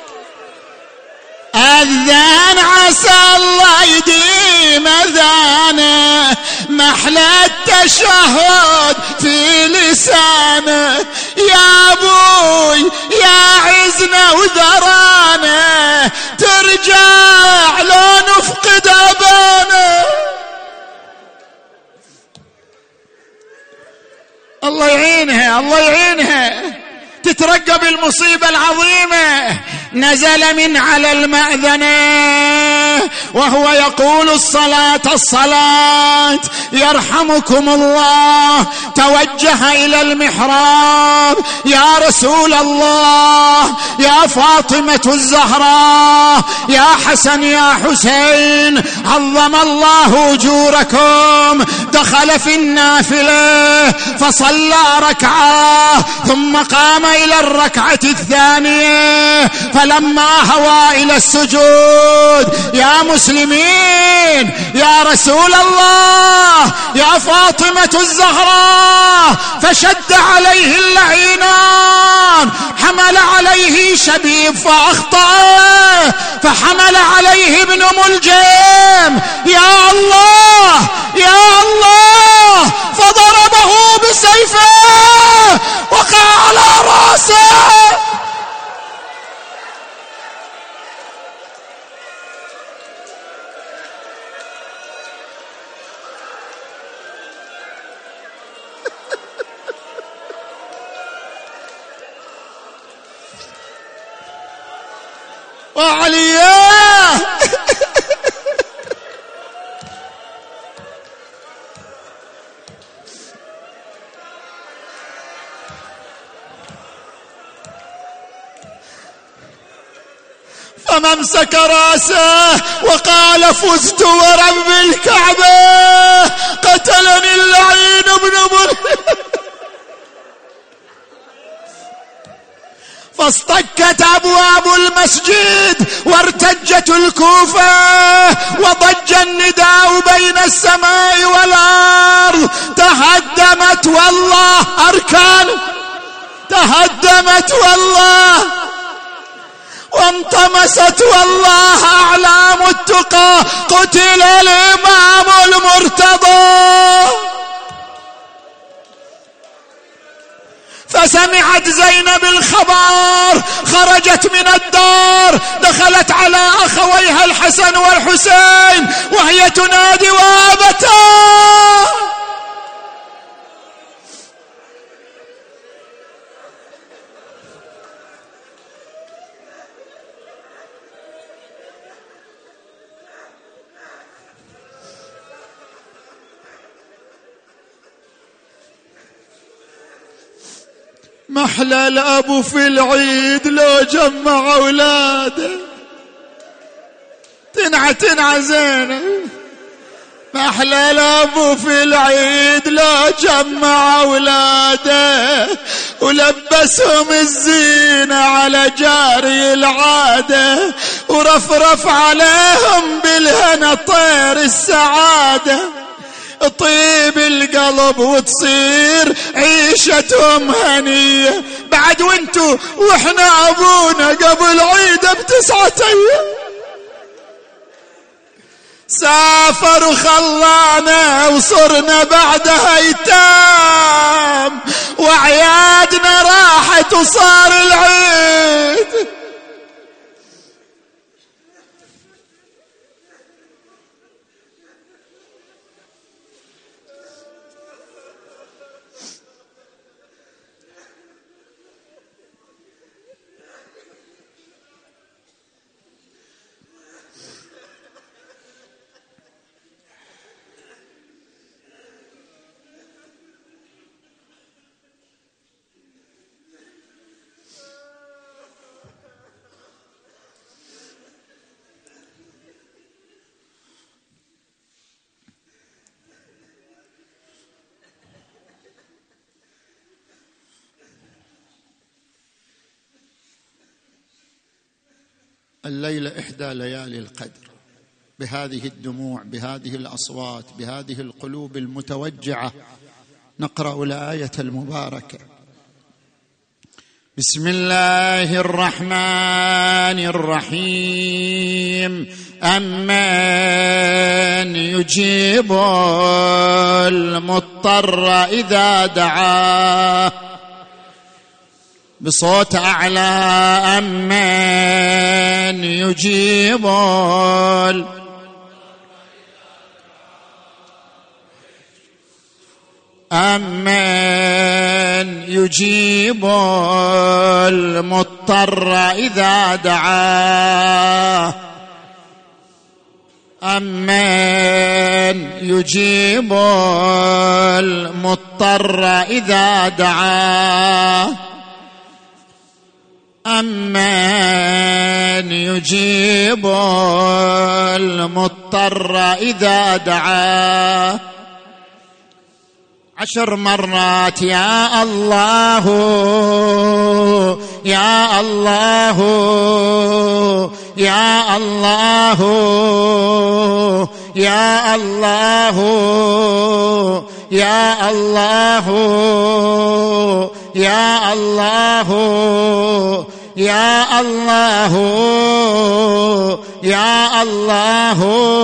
أذان عسى الله يديم أذانه، محلى التشهد في لسانه، يا أبوي يا عزنا وذرانا، ترجع لو نفقد أبانا. الله يعينها، الله يعينها، تترقب المصيبة العظيمة. نزل من على المأذنة وهو يقول: الصلاة الصلاة، يرحمكم الله. توجه إلى المحراب: يا رسول الله، يا فاطمة الزهراء، يا حسن يا حسين، عظم الله أجوركم. دخل في النافلة فصلى ركعة، ثم قام إلى الركعة الثانية، فلما هوى إلى السجود: يا مسلمين، يا رسول الله، يا فاطمة الزهراء، فشد عليه اللعينان، حمل عليه شبيب فأخطأه، فحمل عليه ابن ملجم: يا الله يا الله، فضربه بسيفه وقع على رأسه. وعلياه فمسك راسه وقال: فزت ورب الكعبة، قتلني اللعين ابن فاصطكت أبواب المسجد وارتجت الكوفة، وضج النداء بين السماء والأرض. تهدمت والله أركان، تهدمت والله، وانطمست والله أعلام التقى. قتل الإمام المرتضى. فسمعت زينب الخبر، خرجت من الدار، دخلت على أخويها الحسن والحسين وهي تنادي: وابتا. محلى الأب في العيد لو جمع أولاده. تنعى زينب. محلى الأب في العيد لو جمع أولاده، ولبسهم الزينة على جاري العادة، ورفرف عليهم بالهنا طير السعادة. طيب القلب وتصير عيشتهم هنية. بعد وانتو واحنا ابونا قبل عيده ب9 أيام سافر وخلانا، وصرنا بعدها ايتام، وعيادنا راحت وصار العيد. الليلة 1 ليالي القدر، بهذه الدموع، بهذه الأصوات، بهذه القلوب المتوجعة نقرأ الآية المباركة. بسم الله الرحمن الرحيم. أمن يجيب المضطر إذا دعاه، بصوت أعلى. أمن يجيب أمن يجيب المضطر إذا دعاه، أمن يجيب المضطر إذا دعاه، أمن يجيب المضطر إذا دعاه. 10 مرات. يا الله يا الله يا الله يا الله يا الله يا الله يا الله يا الله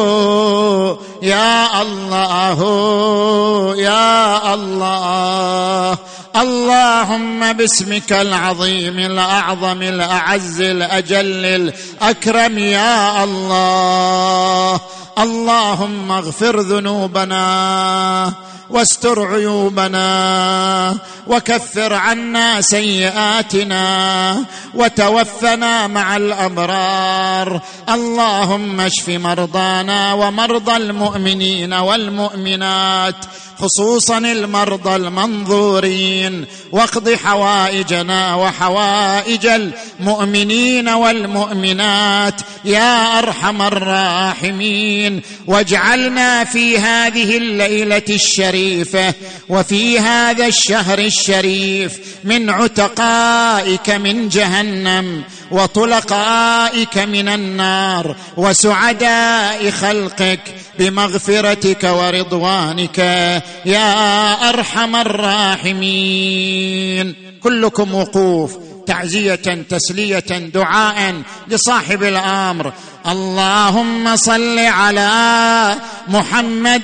يا الله يا الله. اللهم باسمك العظيم الأعظم الأعز الأجل الأكرم يا الله. اللهم اغفر ذنوبنا واستر عيوبنا وكفر عنا سيئاتنا وتوفنا مع الأبرار. اللهم اشف مرضانا ومرضى المؤمنين والمؤمنات، خصوصا المرضى المنظورين، واقض حوائجنا وحوائج المؤمنين والمؤمنات يا أرحم الراحمين. واجعلنا في هذه الليلة الشريفة وفي هذا الشهر الشريف من عتقائك من جهنم وطلقائك من النار وسعداء خلقك بمغفرتك ورضوانك يا أرحم الراحمين. كلكم وقوف تعزية تسلية دعاء لصاحب الأمر. اللهم صل على محمد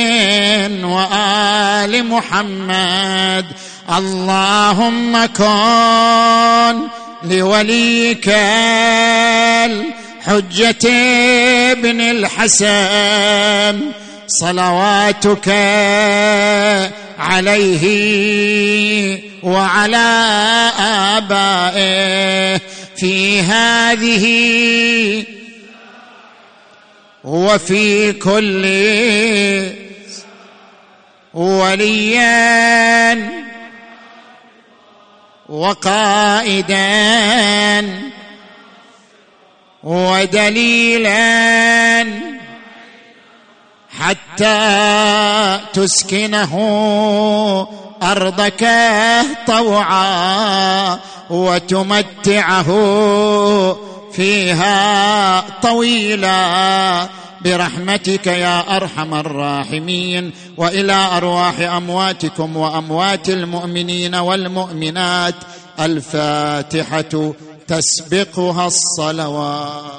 وآل محمد. اللهم كن لوليك الحجة بن الحسن صلواتك عليه وعلى آبائه في هذه وفي كل وليا وقائدا ودليلا حتى تسكنه أرضك طوعا وتمتعه فيها طويلا برحمتك يا أرحم الراحمين. وإلى أرواح أمواتكم وأموات المؤمنين والمؤمنات الفاتحة تسبقها الصلوات.